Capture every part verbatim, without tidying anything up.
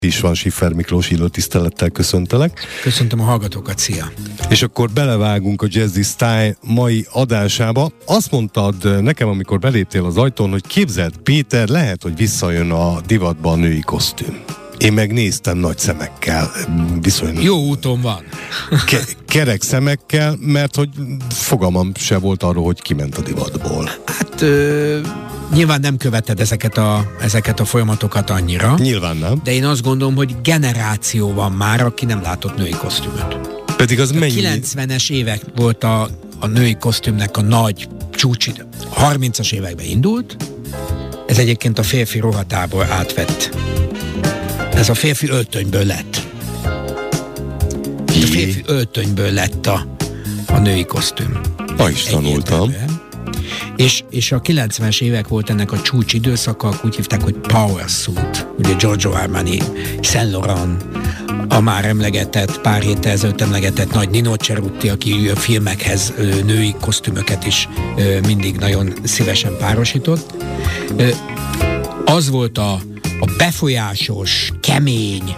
is van, Schiffer Miklós, illő tisztelettel köszöntelek. Köszöntöm a hallgatókat, szia! És akkor belevágunk a Jazzy Style mai adásába. Azt mondtad nekem, amikor beléptél az ajtón, hogy képzeld, Péter, lehet, hogy visszajön a divatba a női kosztüm. Én megnéztem nagy szemekkel, viszonylag... Jó úton van. Ke- kerek szemekkel, mert hogy fogalmam se volt arról, hogy kiment a divatból. Hát ö, nyilván nem követed ezeket a, ezeket a folyamatokat annyira. Nyilván nem. De én azt gondolom, hogy generáció van már, aki nem látott női kosztümöt. Pedig az a mennyi... kilencvenes évek volt a, a női kosztümnek a nagy csúcsidő. harmincas években indult, ez egyébként a férfi ruhatából átvett. Ez a férfi öltönyből lett. A férfi öltönyből lett a, a női kosztüm. Ma is tanultam. És, és a kilencvenes évek volt ennek a csúcs időszaka, úgy hívták, hogy Power Suit. Ugye Giorgio Armani, Saint Laurent, a már emlegetett, pár héttel ezelőtt emlegetett nagy Nino Cerutti, aki a filmekhez női kosztümöket is mindig nagyon szívesen párosított. Az volt a a befolyásos, kemény,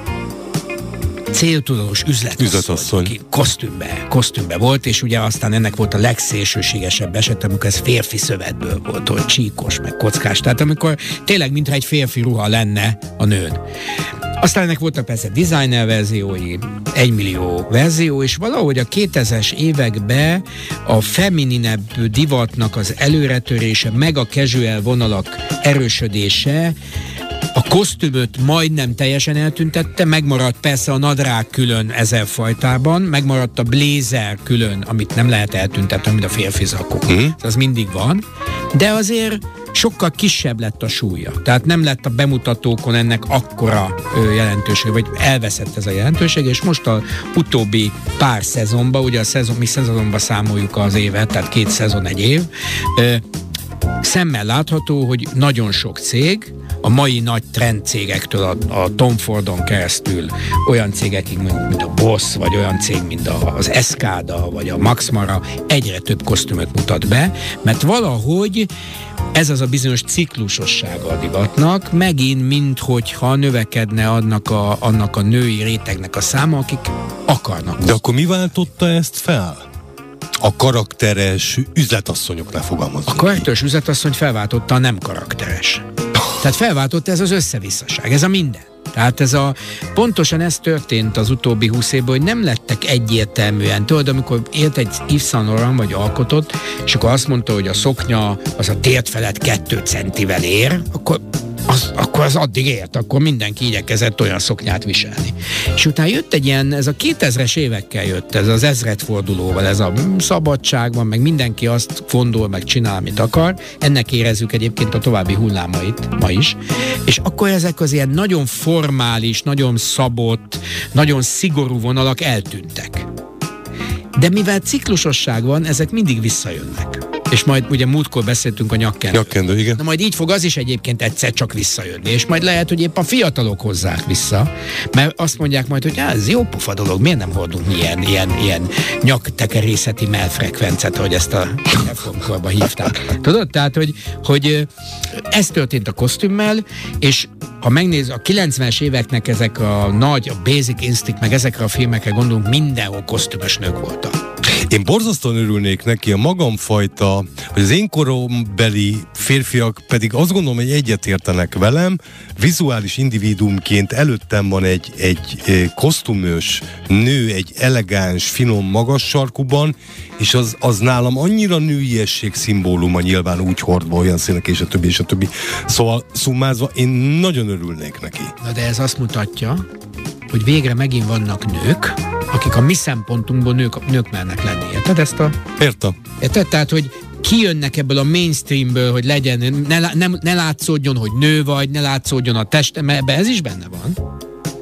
céltudatos üzletasszony, üzletasszony. Aki kosztümbe, kosztümbe volt, és ugye aztán ennek volt a legszélsőségesebb eset, amikor ez férfi szövetből volt, hogy csíkos, meg kockás, tehát amikor tényleg mintha egy férfi ruha lenne a nőn. Aztán ennek voltak persze designer verziói, egymillió verzió, és valahogy a kétezres években a femininebb divatnak az előretörése, meg a casual vonalak erősödése a kosztümöt majdnem teljesen eltüntette, megmaradt persze a nadrág külön ezer fajtában, megmaradt a blézer külön, amit nem lehet eltüntetni, mint a férfi zakó. Mm. Az mindig van, de azért sokkal kisebb lett a súlya. Tehát nem lett a bemutatókon ennek akkora jelentőség, vagy elveszett ez a jelentőség, és most az utóbbi pár szezonban, ugye a szezon, mi szezonban számoljuk az évet, tehát két szezon egy év, szemmel látható, hogy nagyon sok cég, a mai nagy trendcégektől, a, a Tom Fordon keresztül olyan cégekig, mint, mint a Boss, vagy olyan cég, mint a, az Escada, vagy a Max Mara egyre több kosztümöt mutat be, mert valahogy ez az a bizonyos ciklusossága a divatnak, megint minthogyha növekedne annak a, annak a női rétegnek a száma, akik akarnak. De akkor mi váltotta ezt fel? A karakteres üzletasszonyoknál fogalmazunk. A karakteres üzletasszony felváltotta a nem karakteres. Tehát felváltotta ez az összevisszaság, ez a minden. Tehát ez a, pontosan ez történt az utóbbi húsz évben, hogy nem lettek egyértelműen. Tudod, amikor élt egy Yves Saint Laurent, vagy alkotott, és akkor azt mondta, hogy a szoknya az a térd felett kettő centivel ér, akkor az, akkor az addig ért, akkor mindenki igyekezett olyan szoknyát viselni. És utána jött egy ilyen, ez a kétezres évekkel jött, ez az ezredfordulóval, ez a szabadság van, meg mindenki azt gondol, meg csinál, amit akar. Ennek érezzük egyébként a további hullámait ma is. És akkor ezek az ilyen nagyon formális, nagyon szabott, nagyon szigorú vonalak eltűntek. De mivel ciklusosság van, ezek mindig visszajönnek. És majd ugye múltkor beszéltünk a nyakkendő. Nyakkendő, igen. Na majd így fog az is egyébként egyszer csak visszajönni, és majd lehet, hogy épp a fiatalok hozzák vissza, mert azt mondják majd, hogy ez jó pofa dolog, miért nem hordunk ilyen, ilyen, ilyen nyaktekerészeti mellfrekvencet, hogy ezt a reformkorban hívták. Tudod? Tehát, hogy, hogy ez történt a kosztümmel, és ha megnéz a kilencvenes éveknek ezek a nagy, a Basic Instinct, meg ezekre a filmekre gondolunk, mindenhol kosztümös nők voltak. Én borzasztóan örülnék neki, a magamfajta, hogy az én korombeli férfiak pedig azt gondolom, hogy egyetértenek velem, vizuális individuumként előttem van egy, egy kosztümös nő, egy elegáns, finom, magas sarkuban, és az, az nálam annyira nőiesség szimbóluma, nyilván úgy hordva, olyan színek, és a többi, és a többi. Szóval szummázva, én nagyon örülnék neki. Na de ez azt mutatja, hogy végre megint vannak nők, akik a mi szempontunkból nők, nők mernek lenni. Érted ezt a... Értem. Érted? Tehát, hogy kijönnek ebből a mainstreamből, hogy legyen, ne, ne, ne látszódjon, hogy nő vagy, ne látszódjon a teste, mert ebbe ez is benne van.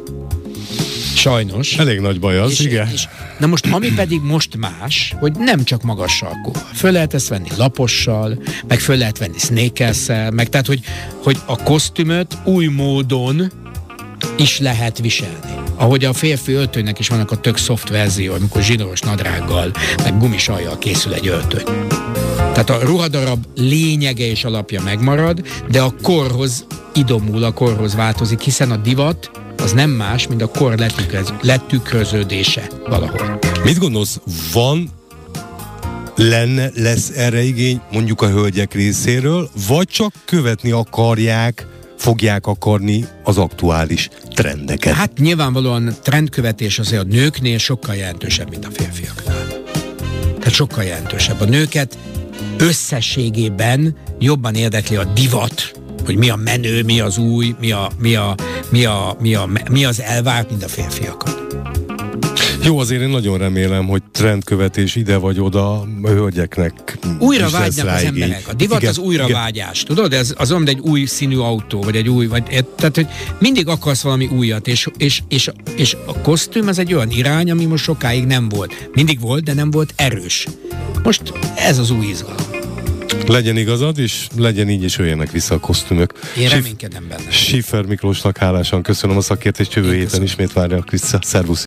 Sajnos. Elég nagy baj az, és, igen. És, na most, ami pedig most más, hogy nem csak magas sarkúval. Föl lehet ezt venni lapossal, meg föl lehet venni sneakerszel, meg tehát, hogy, hogy a kosztümöt új módon is lehet viselni. Ahogy a férfi öltönynek is vannak a tök soft verzió, amikor zsinóros nadrággal, meg gumisajjal készül egy öltöny. Tehát a ruhadarab lényege és alapja megmarad, de a korhoz idomul, a korhoz változik, hiszen a divat az nem más, mint a kor letükröz, letükröződése valahol. Mit gondolsz, van, lenne, lesz erre igény mondjuk a hölgyek részéről, vagy csak követni akarják, fogják akarni az aktuális trendeket? Hát nyilvánvalóan trendkövetés azért a nőknél sokkal jelentősebb, mint a férfiaknál. Tehát sokkal jelentősebb. A nőket összességében jobban érdekli a divat, hogy mi a menő, mi az új, mi, a, mi, a, mi, a, mi, a, mi az elvárt, mint a férfiakat. Jó, azért én nagyon remélem, hogy trendkövetés ide vagy oda a hölgyeknek. Újra vágynak az emberek. A divat igen, az újravágyás, tudod? Ez az olyan, egy új színű autó, vagy egy új, vagy, tehát, hogy mindig akarsz valami újat, és, és, és, és a kosztüm az egy olyan irány, ami most sokáig nem volt. Mindig volt, de nem volt erős. Most ez az új izgalom. Legyen igazad, és legyen így, és jöjjenek vissza a kosztümök. Én reménykedem benne. Schiffer Miklósnak hálásan köszönöm a szakértést, jövő héten ismét várják vissza. Szervusz!